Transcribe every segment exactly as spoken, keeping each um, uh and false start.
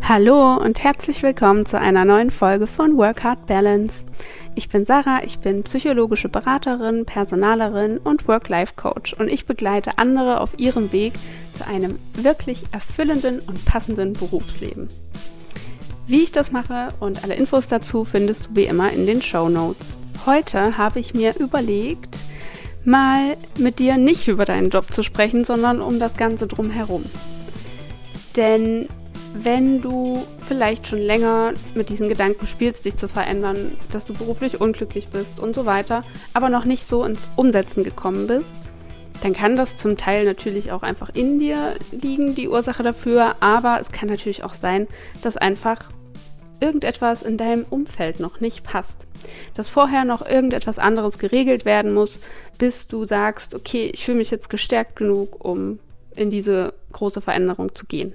Hallo und herzlich willkommen zu einer neuen Folge von Work Hard Balance. Ich bin Sarah, ich bin psychologische Beraterin, Personalerin und Work-Life-Coach und ich begleite andere auf ihrem Weg zu einem wirklich erfüllenden und passenden Berufsleben. Wie ich das mache und alle Infos dazu findest du wie immer in den Shownotes. Heute habe ich mir überlegt, mal mit dir nicht über deinen Job zu sprechen, sondern um das Ganze drumherum. Denn wenn du vielleicht schon länger mit diesen Gedanken spielst, dich zu verändern, dass du beruflich unglücklich bist und so weiter, aber noch nicht so ins Umsetzen gekommen bist, dann kann das zum Teil natürlich auch einfach in dir liegen, die Ursache dafür, aber es kann natürlich auch sein, dass einfach irgendetwas in deinem Umfeld noch nicht passt, dass vorher noch irgendetwas anderes geregelt werden muss, bis du sagst, okay, ich fühle mich jetzt gestärkt genug, um in diese große Veränderung zu gehen.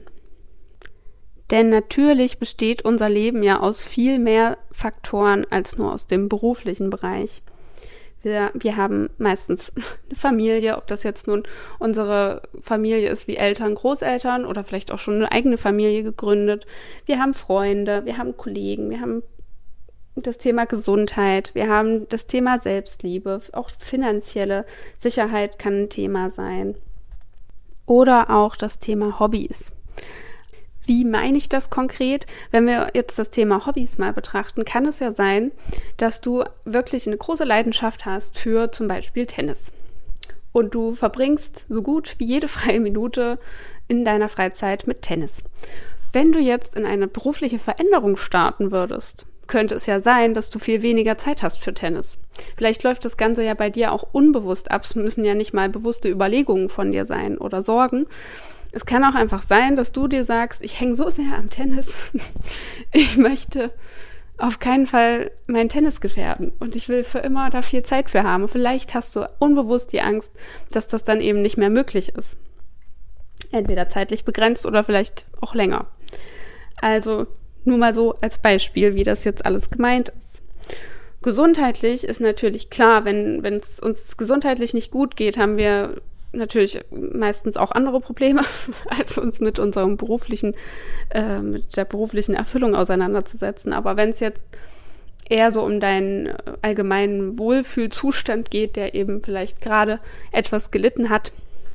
Denn natürlich besteht unser Leben ja aus viel mehr Faktoren als nur aus dem beruflichen Bereich. Wir, wir haben meistens eine Familie, ob das jetzt nun unsere Familie ist wie Eltern, Großeltern oder vielleicht auch schon eine eigene Familie gegründet. Wir haben Freunde, wir haben Kollegen, wir haben das Thema Gesundheit, wir haben das Thema Selbstliebe, auch finanzielle Sicherheit kann ein Thema sein. Oder auch das Thema Hobbys. Wie meine ich das konkret? Wenn wir jetzt das Thema Hobbys mal betrachten, kann es ja sein, dass du wirklich eine große Leidenschaft hast für zum Beispiel Tennis. Und du verbringst so gut wie jede freie Minute in deiner Freizeit mit Tennis. Wenn du jetzt in eine berufliche Veränderung starten würdest, könnte es ja sein, dass du viel weniger Zeit hast für Tennis. Vielleicht läuft das Ganze ja bei dir auch unbewusst ab. Es müssen ja nicht mal bewusste Überlegungen von dir sein oder Sorgen. Es kann auch einfach sein, dass du dir sagst, ich hänge so sehr am Tennis, ich möchte auf keinen Fall mein Tennis gefährden und ich will für immer da viel Zeit für haben. Und vielleicht hast du unbewusst die Angst, dass das dann eben nicht mehr möglich ist. Entweder zeitlich begrenzt oder vielleicht auch länger. Also nur mal so als Beispiel, wie das jetzt alles gemeint ist. Gesundheitlich ist natürlich klar, wenn wenn es uns gesundheitlich nicht gut geht, haben wir natürlich meistens auch andere Probleme, als uns mit unserem beruflichen, äh, mit der beruflichen Erfüllung auseinanderzusetzen. Aber wenn es jetzt eher so um deinen allgemeinen Wohlfühlzustand geht, der eben vielleicht gerade etwas gelitten hat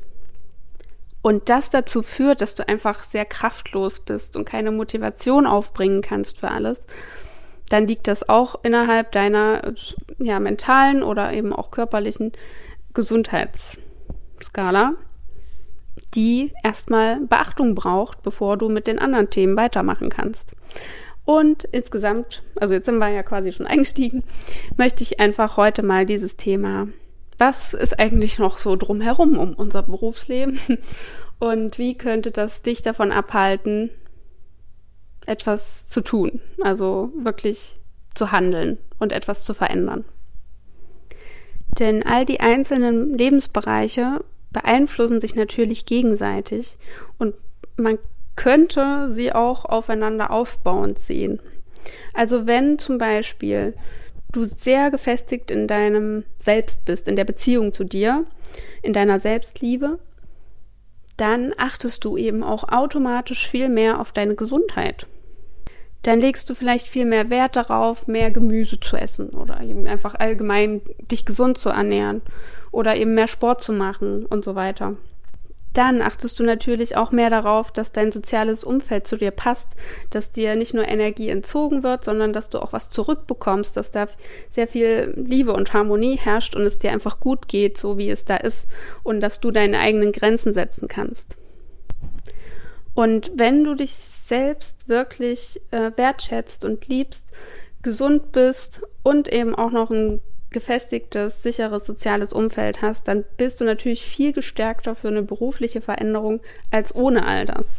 und das dazu führt, dass du einfach sehr kraftlos bist und keine Motivation aufbringen kannst für alles, dann liegt das auch innerhalb deiner ja, mentalen oder eben auch körperlichen Gesundheits Skala, die erstmal Beachtung braucht, bevor du mit den anderen Themen weitermachen kannst. Und insgesamt, also jetzt sind wir ja quasi schon eingestiegen, möchte ich einfach heute mal dieses Thema, was ist eigentlich noch so drumherum um unser Berufsleben und wie könnte das dich davon abhalten, etwas zu tun, also wirklich zu handeln und etwas zu verändern. Denn all die einzelnen Lebensbereiche beeinflussen sich natürlich gegenseitig und man könnte sie auch aufeinander aufbauend sehen. Also wenn zum Beispiel du sehr gefestigt in deinem Selbst bist, in der Beziehung zu dir, in deiner Selbstliebe, dann achtest du eben auch automatisch viel mehr auf deine Gesundheit. Dann legst du vielleicht viel mehr Wert darauf, mehr Gemüse zu essen oder eben einfach allgemein dich gesund zu ernähren oder eben mehr Sport zu machen und so weiter. Dann achtest du natürlich auch mehr darauf, dass dein soziales Umfeld zu dir passt, dass dir nicht nur Energie entzogen wird, sondern dass du auch was zurückbekommst, dass da sehr viel Liebe und Harmonie herrscht und es dir einfach gut geht, so wie es da ist und dass du deine eigenen Grenzen setzen kannst. Und wenn du dich selbst wirklich äh, wertschätzt und liebst, gesund bist und eben auch noch ein gefestigtes, sicheres soziales Umfeld hast, dann bist du natürlich viel gestärkter für eine berufliche Veränderung als ohne all das.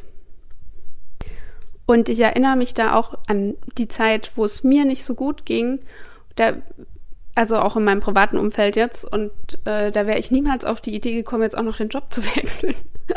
Und ich erinnere mich da auch an die Zeit, wo es mir nicht so gut ging, da, also auch in meinem privaten Umfeld jetzt, und äh, da wäre ich niemals auf die Idee gekommen, jetzt auch noch den Job zu wechseln.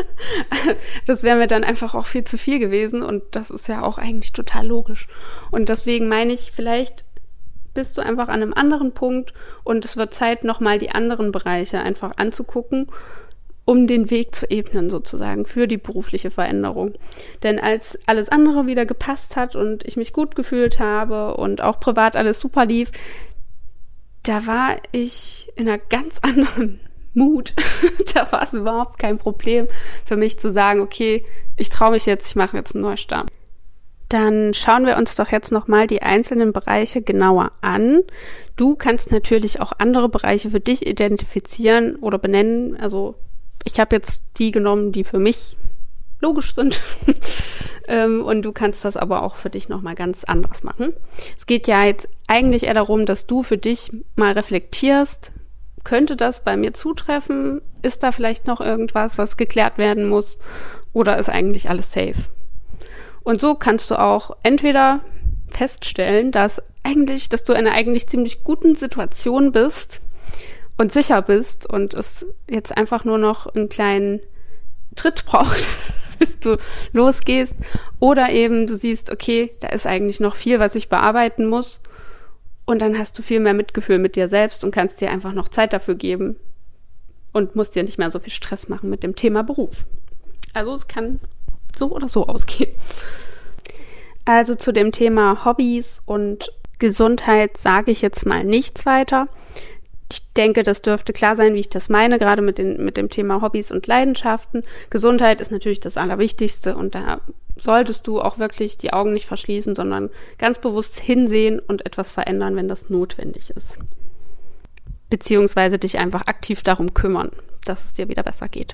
Das wäre mir dann einfach auch viel zu viel gewesen und das ist ja auch eigentlich total logisch. Und deswegen meine ich, vielleicht bist du einfach an einem anderen Punkt und es wird Zeit, nochmal die anderen Bereiche einfach anzugucken um den Weg zu ebnen sozusagen für die berufliche Veränderung. Denn als alles andere wieder gepasst hat und ich mich gut gefühlt habe und auch privat alles super lief, da war ich in einer ganz anderen Mut. Da war es überhaupt kein Problem für mich zu sagen, okay, ich traue mich jetzt, ich mache jetzt einen Neustart. Dann schauen wir uns doch jetzt nochmal die einzelnen Bereiche genauer an. Du kannst natürlich auch andere Bereiche für dich identifizieren oder benennen. Also ich habe jetzt die genommen, die für mich logisch sind. ähm, und du kannst das aber auch für dich nochmal ganz anders machen. Es geht ja jetzt eigentlich eher darum, dass du für dich mal reflektierst, könnte das bei mir zutreffen? Ist da vielleicht noch irgendwas, was geklärt werden muss? Oder ist eigentlich alles safe? Und so kannst du auch entweder feststellen, dass eigentlich, dass du in einer eigentlich ziemlich guten Situation bist und sicher bist und es jetzt einfach nur noch einen kleinen Tritt braucht, bis du losgehst. Oder eben du siehst, okay, da ist eigentlich noch viel, was ich bearbeiten muss. Und dann hast du viel mehr Mitgefühl mit dir selbst und kannst dir einfach noch Zeit dafür geben und musst dir nicht mehr so viel Stress machen mit dem Thema Beruf. Also es kann so oder so ausgehen. Also zu dem Thema Hobbys und Gesundheit sage ich jetzt mal nichts weiter. Ich denke, das dürfte klar sein, wie ich das meine, gerade mit, den, mit dem Thema Hobbys und Leidenschaften. Gesundheit ist natürlich das Allerwichtigste und da solltest du auch wirklich die Augen nicht verschließen, sondern ganz bewusst hinsehen und etwas verändern, wenn das notwendig ist. Beziehungsweise dich einfach aktiv darum kümmern, dass es dir wieder besser geht.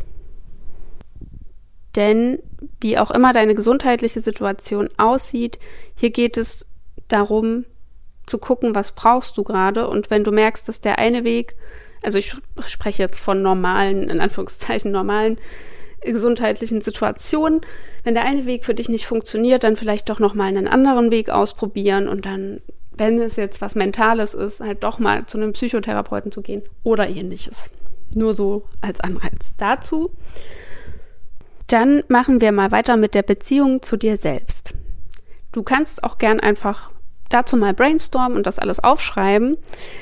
Denn wie auch immer deine gesundheitliche Situation aussieht, hier geht es darum, zu gucken, was brauchst du gerade. Und wenn du merkst, dass der eine Weg, also ich spreche jetzt von normalen, in Anführungszeichen normalen gesundheitlichen Situationen, wenn der eine Weg für dich nicht funktioniert, dann vielleicht doch nochmal einen anderen Weg ausprobieren und dann, wenn es jetzt was Mentales ist, halt doch mal zu einem Psychotherapeuten zu gehen oder ähnliches. Nur so als Anreiz dazu. Dann machen wir mal weiter mit der Beziehung zu dir selbst. Du kannst auch gern einfach dazu mal brainstormen und das alles aufschreiben.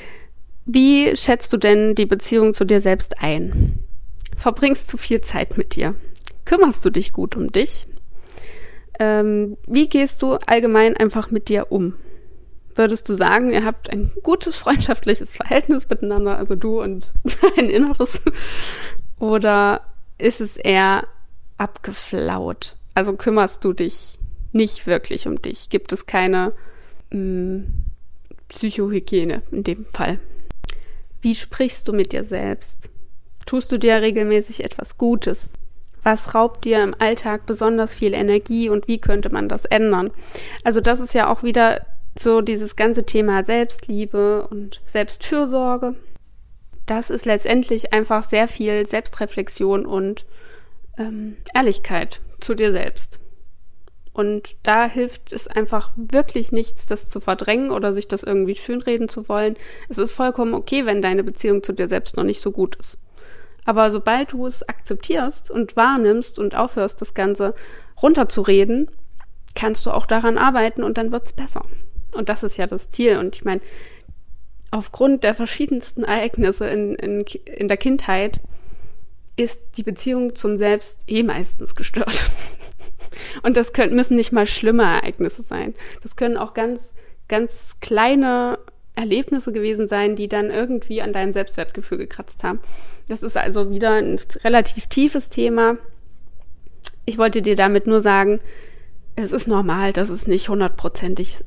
Wie schätzt du denn die Beziehung zu dir selbst ein? Verbringst du viel Zeit mit dir? Kümmerst du dich gut um dich? Ähm, wie gehst du allgemein einfach mit dir um? Würdest du sagen, ihr habt ein gutes freundschaftliches Verhältnis miteinander, also du und dein Inneres? Oder ist es eher abgeflaut? Also kümmerst du dich nicht wirklich um dich? Gibt es keine mh, Psychohygiene in dem Fall? Wie sprichst du mit dir selbst? Tust du dir regelmäßig etwas Gutes? Was raubt dir im Alltag besonders viel Energie und wie könnte man das ändern? Also das ist ja auch wieder so dieses ganze Thema Selbstliebe und Selbstfürsorge. Das ist letztendlich einfach sehr viel Selbstreflexion und ähm, Ehrlichkeit zu dir selbst. Und da hilft es einfach wirklich nichts, das zu verdrängen oder sich das irgendwie schönreden zu wollen. Es ist vollkommen okay, wenn deine Beziehung zu dir selbst noch nicht so gut ist. Aber sobald du es akzeptierst und wahrnimmst und aufhörst, das Ganze runterzureden, kannst du auch daran arbeiten und dann wird's besser. Und das ist ja das Ziel. Und ich meine, aufgrund der verschiedensten Ereignisse in, in, in der Kindheit ist die Beziehung zum Selbst eh meistens gestört. Und das können, müssen nicht mal schlimme Ereignisse sein. Das können auch ganz, ganz kleine Erlebnisse gewesen sein, die dann irgendwie an deinem Selbstwertgefühl gekratzt haben. Das ist also wieder ein relativ tiefes Thema. Ich wollte dir damit nur sagen, es ist normal, dass es nicht hundertprozentig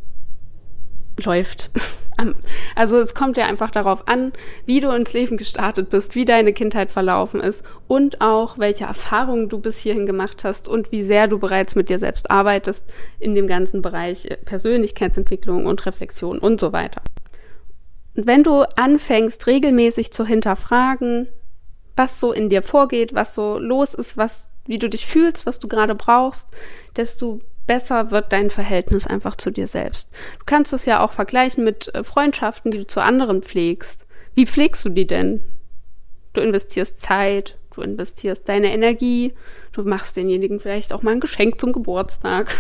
läuft. Also es kommt ja einfach darauf an, wie du ins Leben gestartet bist, wie deine Kindheit verlaufen ist und auch, welche Erfahrungen du bis hierhin gemacht hast und wie sehr du bereits mit dir selbst arbeitest in dem ganzen Bereich Persönlichkeitsentwicklung und Reflexion und so weiter. Und wenn du anfängst, regelmäßig zu hinterfragen, was so in dir vorgeht, was so los ist, was, wie du dich fühlst, was du gerade brauchst, desto besser wird dein Verhältnis einfach zu dir selbst. Du kannst es ja auch vergleichen mit Freundschaften, die du zu anderen pflegst. Wie pflegst du die denn? Du investierst Zeit, du investierst deine Energie, du machst denjenigen vielleicht auch mal ein Geschenk zum Geburtstag.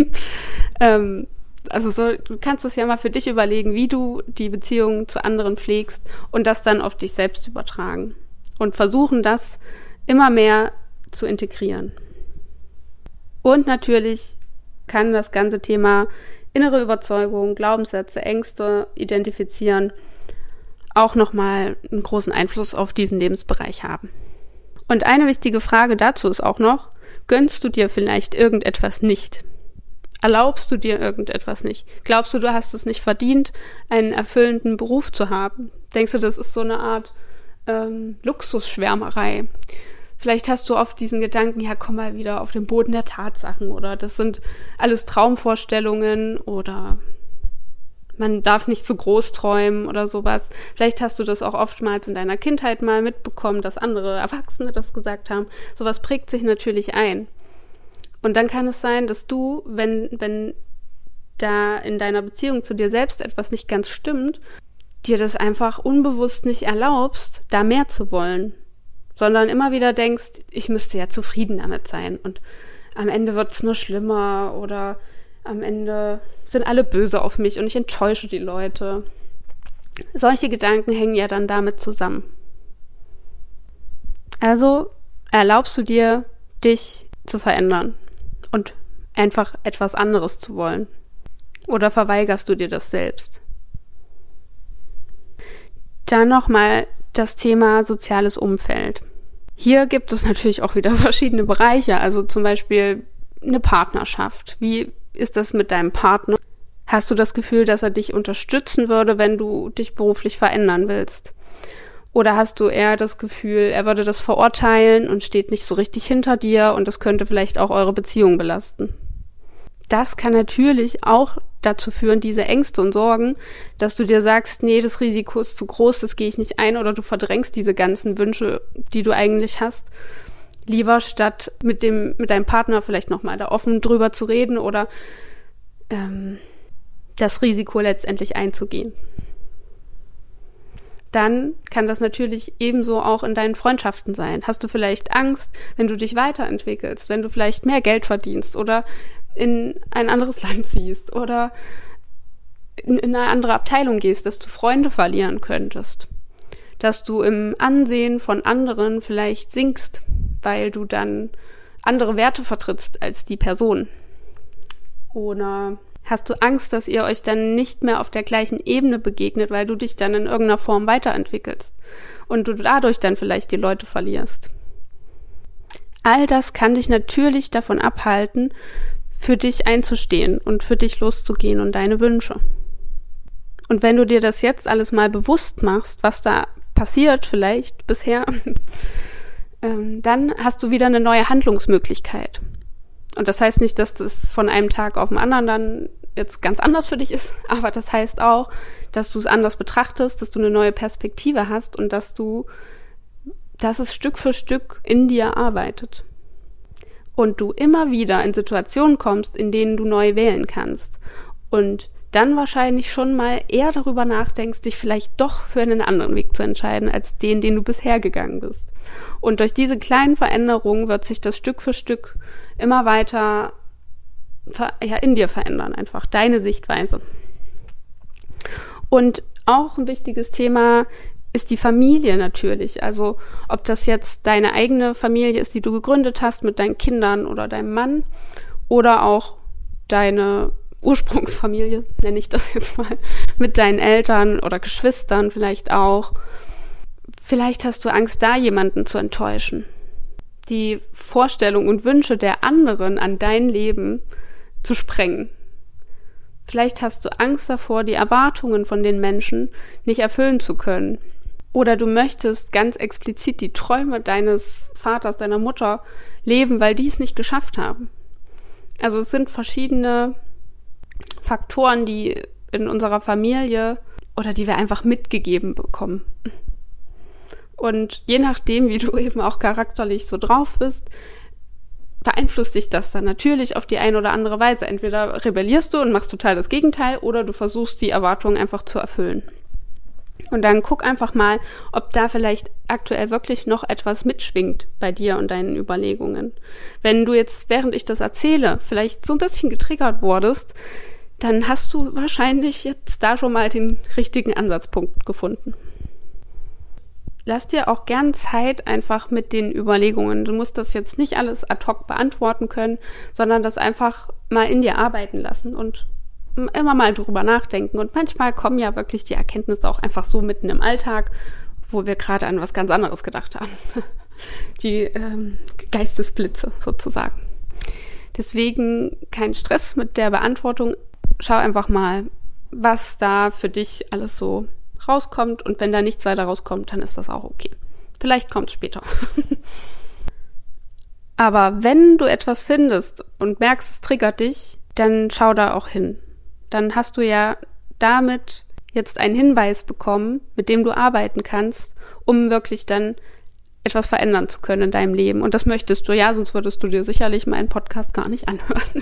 ähm, Also so, du kannst es ja mal für dich überlegen, wie du die Beziehung zu anderen pflegst und das dann auf dich selbst übertragen. Und versuchen, das immer mehr zu integrieren. Und natürlich kann das ganze Thema innere Überzeugung, Glaubenssätze, Ängste identifizieren auch nochmal einen großen Einfluss auf diesen Lebensbereich haben. Und eine wichtige Frage dazu ist auch noch, gönnst du dir vielleicht irgendetwas nicht? Erlaubst du dir irgendetwas nicht? Glaubst du, du hast es nicht verdient, einen erfüllenden Beruf zu haben? Denkst du, das ist so eine Art ähm, Luxusschwärmerei? Vielleicht hast du oft diesen Gedanken, ja, komm mal wieder auf den Boden der Tatsachen oder das sind alles Traumvorstellungen oder man darf nicht zu groß träumen oder sowas. Vielleicht hast du das auch oftmals in deiner Kindheit mal mitbekommen, dass andere Erwachsene das gesagt haben. Sowas prägt sich natürlich ein. Und dann kann es sein, dass du, wenn, wenn da in deiner Beziehung zu dir selbst etwas nicht ganz stimmt, dir das einfach unbewusst nicht erlaubst, da mehr zu wollen, sondern immer wieder denkst, ich müsste ja zufrieden damit sein und am Ende wird es nur schlimmer oder am Ende sind alle böse auf mich und ich enttäusche die Leute. Solche Gedanken hängen ja dann damit zusammen. Also erlaubst du dir, dich zu verändern und einfach etwas anderes zu wollen? Oder verweigerst du dir das selbst? Dann nochmal das Thema soziales Umfeld. Hier gibt es natürlich auch wieder verschiedene Bereiche, also zum Beispiel eine Partnerschaft. Wie ist das mit deinem Partner? Hast du das Gefühl, dass er dich unterstützen würde, wenn du dich beruflich verändern willst? Oder hast du eher das Gefühl, er würde das verurteilen und steht nicht so richtig hinter dir und das könnte vielleicht auch eure Beziehung belasten? Das kann natürlich auch dazu führen, diese Ängste und Sorgen, dass du dir sagst, nee, das Risiko ist zu groß, das gehe ich nicht ein, oder du verdrängst diese ganzen Wünsche, die du eigentlich hast, lieber statt mit dem mit deinem Partner vielleicht nochmal da offen drüber zu reden oder ähm, das Risiko letztendlich einzugehen. Dann kann das natürlich ebenso auch in deinen Freundschaften sein. Hast du vielleicht Angst, wenn du dich weiterentwickelst, wenn du vielleicht mehr Geld verdienst oder in ein anderes Land ziehst oder in, in eine andere Abteilung gehst, dass du Freunde verlieren könntest, dass du im Ansehen von anderen vielleicht sinkst, weil du dann andere Werte vertrittst als die Person. Oder hast du Angst, dass ihr euch dann nicht mehr auf der gleichen Ebene begegnet, weil du dich dann in irgendeiner Form weiterentwickelst und du dadurch dann vielleicht die Leute verlierst? All das kann dich natürlich davon abhalten, für dich einzustehen und für dich loszugehen und deine Wünsche. Und wenn du dir das jetzt alles mal bewusst machst, was da passiert vielleicht bisher, ähm, dann hast du wieder eine neue Handlungsmöglichkeit. Und das heißt nicht, dass das von einem Tag auf den anderen dann jetzt ganz anders für dich ist, aber das heißt auch, dass du es anders betrachtest, dass du eine neue Perspektive hast und dass du, dass es Stück für Stück in dir arbeitet. Und du immer wieder in Situationen kommst, in denen du neu wählen kannst. Und dann wahrscheinlich schon mal eher darüber nachdenkst, dich vielleicht doch für einen anderen Weg zu entscheiden, als den, den du bisher gegangen bist. Und durch diese kleinen Veränderungen wird sich das Stück für Stück immer weiter ja, in dir verändern, einfach deine Sichtweise. Und auch ein wichtiges Thema ist die Familie natürlich. Also ob das jetzt deine eigene Familie ist, die du gegründet hast mit deinen Kindern oder deinem Mann oder auch deine Ursprungsfamilie, nenne ich das jetzt mal, mit deinen Eltern oder Geschwistern vielleicht auch. Vielleicht hast du Angst, da jemanden zu enttäuschen. Die Vorstellung und Wünsche der anderen an dein Leben zu sprengen. Vielleicht hast du Angst davor, die Erwartungen von den Menschen nicht erfüllen zu können. Oder du möchtest ganz explizit die Träume deines Vaters, deiner Mutter leben, weil die es nicht geschafft haben. Also es sind verschiedene Faktoren, die in unserer Familie oder die wir einfach mitgegeben bekommen. Und je nachdem, wie du eben auch charakterlich so drauf bist, beeinflusst dich das dann natürlich auf die eine oder andere Weise. Entweder rebellierst du und machst total das Gegenteil oder du versuchst, die Erwartungen einfach zu erfüllen. Und dann guck einfach mal, ob da vielleicht aktuell wirklich noch etwas mitschwingt bei dir und deinen Überlegungen. Wenn du jetzt, während ich das erzähle, vielleicht so ein bisschen getriggert wurdest, dann hast du wahrscheinlich jetzt da schon mal den richtigen Ansatzpunkt gefunden. lass dir auch gern Zeit einfach mit den Überlegungen. Du musst das jetzt nicht alles ad hoc beantworten können, sondern das einfach mal in dir arbeiten lassen und immer mal drüber nachdenken. Und manchmal kommen ja wirklich die Erkenntnisse auch einfach so mitten im Alltag, wo wir gerade an was ganz anderes gedacht haben. Die ähm, Geistesblitze sozusagen. Deswegen kein Stress mit der Beantwortung. Schau einfach mal, was da für dich alles so rauskommt. Und wenn da nichts weiter rauskommt, dann ist das auch okay. Vielleicht kommt es später. Aber wenn du etwas findest und merkst, es triggert dich, dann schau da auch hin. Dann hast du ja damit jetzt einen Hinweis bekommen, mit dem du arbeiten kannst, um wirklich dann etwas verändern zu können in deinem Leben. Und das möchtest du, ja, sonst würdest du dir sicherlich meinen Podcast gar nicht anhören.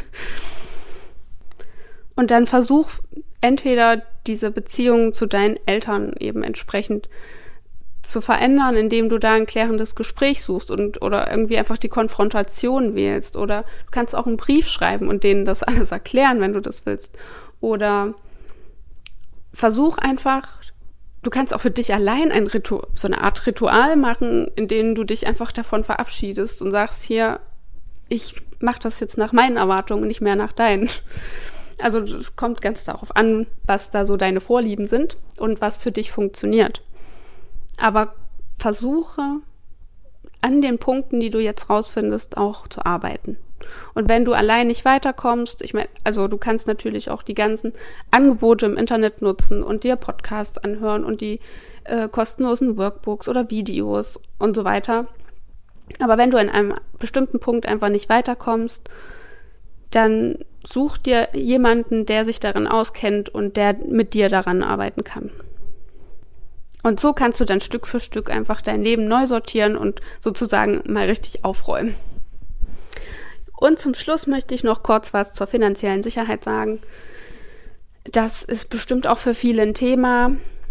Und dann versuch entweder diese Beziehung zu deinen Eltern eben entsprechend zu verändern, indem du da ein klärendes Gespräch suchst und oder irgendwie einfach die Konfrontation wählst. Oder du kannst auch einen Brief schreiben und denen das alles erklären, wenn du das willst. Oder versuch einfach, du kannst auch für dich allein ein Ritual, so eine Art Ritual machen, in dem du dich einfach davon verabschiedest und sagst, hier, ich mache das jetzt nach meinen Erwartungen, nicht mehr nach deinen. Also es kommt ganz darauf an, was da so deine Vorlieben sind und was für dich funktioniert. Aber versuche an den Punkten, die du jetzt rausfindest, auch zu arbeiten. Und wenn du allein nicht weiterkommst, ich meine, also du kannst natürlich auch die ganzen Angebote im Internet nutzen und dir Podcasts anhören und die äh, kostenlosen Workbooks oder Videos und so weiter. Aber wenn du an einem bestimmten Punkt einfach nicht weiterkommst, dann such dir jemanden, der sich darin auskennt und der mit dir daran arbeiten kann. Und so kannst du dann Stück für Stück einfach dein Leben neu sortieren und sozusagen mal richtig aufräumen. Und zum Schluss möchte ich noch kurz was zur finanziellen Sicherheit sagen. Das ist bestimmt auch für viele ein Thema.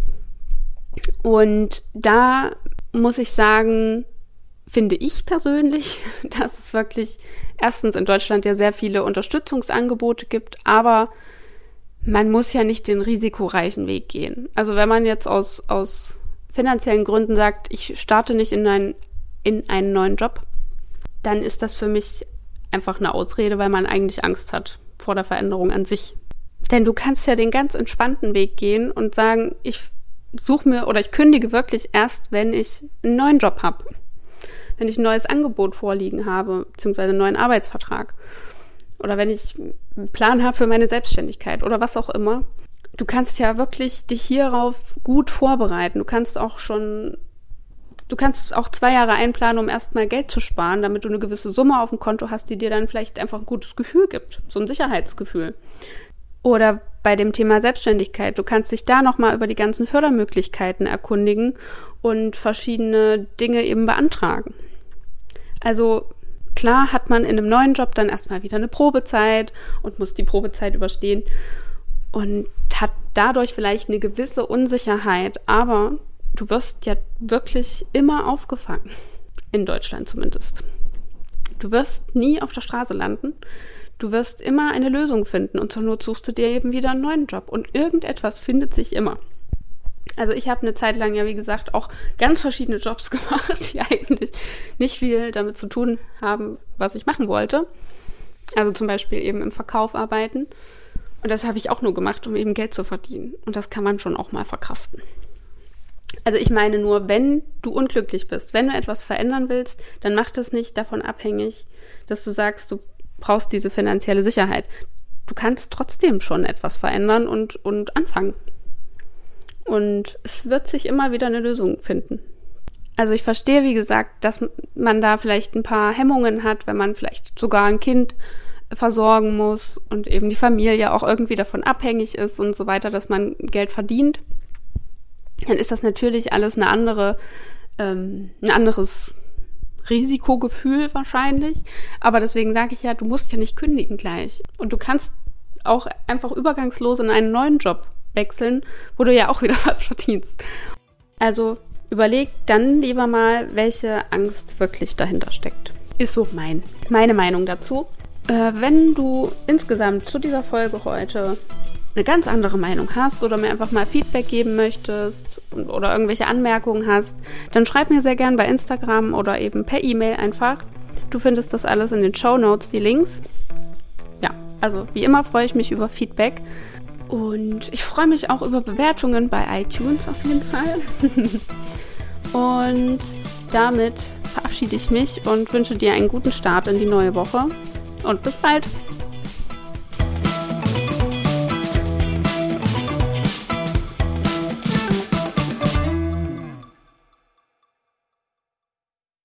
Und da muss ich sagen, finde ich persönlich, dass es wirklich erstens in Deutschland ja sehr viele Unterstützungsangebote gibt, aber man muss ja nicht den risikoreichen Weg gehen. Also wenn man jetzt aus, aus finanziellen Gründen sagt, ich starte nicht in einen, in einen neuen Job, dann ist das für mich einfach eine Ausrede, weil man eigentlich Angst hat vor der Veränderung an sich. Denn du kannst ja den ganz entspannten Weg gehen und sagen, ich suche mir oder ich kündige wirklich erst, wenn ich einen neuen Job habe. Wenn ich ein neues Angebot vorliegen habe, beziehungsweise einen neuen Arbeitsvertrag. Oder wenn ich einen Plan habe für meine Selbstständigkeit oder was auch immer. Du kannst ja wirklich dich hierauf gut vorbereiten. Du kannst auch schon Du kannst auch zwei Jahre einplanen, um erstmal Geld zu sparen, damit du eine gewisse Summe auf dem Konto hast, die dir dann vielleicht einfach ein gutes Gefühl gibt, so ein Sicherheitsgefühl. Oder bei dem Thema Selbstständigkeit, du kannst dich da nochmal über die ganzen Fördermöglichkeiten erkundigen und verschiedene Dinge eben beantragen. Also klar hat man in einem neuen Job dann erstmal wieder eine Probezeit und muss die Probezeit überstehen und hat dadurch vielleicht eine gewisse Unsicherheit, aber du wirst ja wirklich immer aufgefangen. In Deutschland zumindest. Du wirst nie auf der Straße landen. Du wirst immer eine Lösung finden. Und zur Not suchst du dir eben wieder einen neuen Job. Und irgendetwas findet sich immer. Also ich habe eine Zeit lang ja, wie gesagt, auch ganz verschiedene Jobs gemacht, die eigentlich nicht viel damit zu tun haben, was ich machen wollte. Also zum Beispiel eben im Verkauf arbeiten. Und das habe ich auch nur gemacht, um eben Geld zu verdienen. Und das kann man schon auch mal verkraften. Also ich meine nur, wenn du unglücklich bist, wenn du etwas verändern willst, dann mach das nicht davon abhängig, dass du sagst, du brauchst diese finanzielle Sicherheit. Du kannst trotzdem schon etwas verändern und, und anfangen. Und es wird sich immer wieder eine Lösung finden. Also ich verstehe, wie gesagt, dass man da vielleicht ein paar Hemmungen hat, wenn man vielleicht sogar ein Kind versorgen muss und eben die Familie auch irgendwie davon abhängig ist und so weiter, dass man Geld verdient. Dann ist das natürlich alles eine andere, ähm, ein anderes Risikogefühl wahrscheinlich. Aber deswegen sage ich ja, du musst ja nicht kündigen gleich. Und du kannst auch einfach übergangslos in einen neuen Job wechseln, wo du ja auch wieder was verdienst. Also überleg dann lieber mal, welche Angst wirklich dahinter steckt. Ist so mein, meine Meinung dazu. Äh, wenn du insgesamt zu dieser Folge heute eine ganz andere Meinung hast oder mir einfach mal Feedback geben möchtest oder irgendwelche Anmerkungen hast, dann schreib mir sehr gern bei Instagram oder eben per E-Mail einfach. Du findest das alles in den Shownotes, die Links. Ja, also wie immer freue ich mich über Feedback und ich freue mich auch über Bewertungen bei iTunes auf jeden Fall. Und damit verabschiede ich mich und wünsche dir einen guten Start in die neue Woche und bis bald!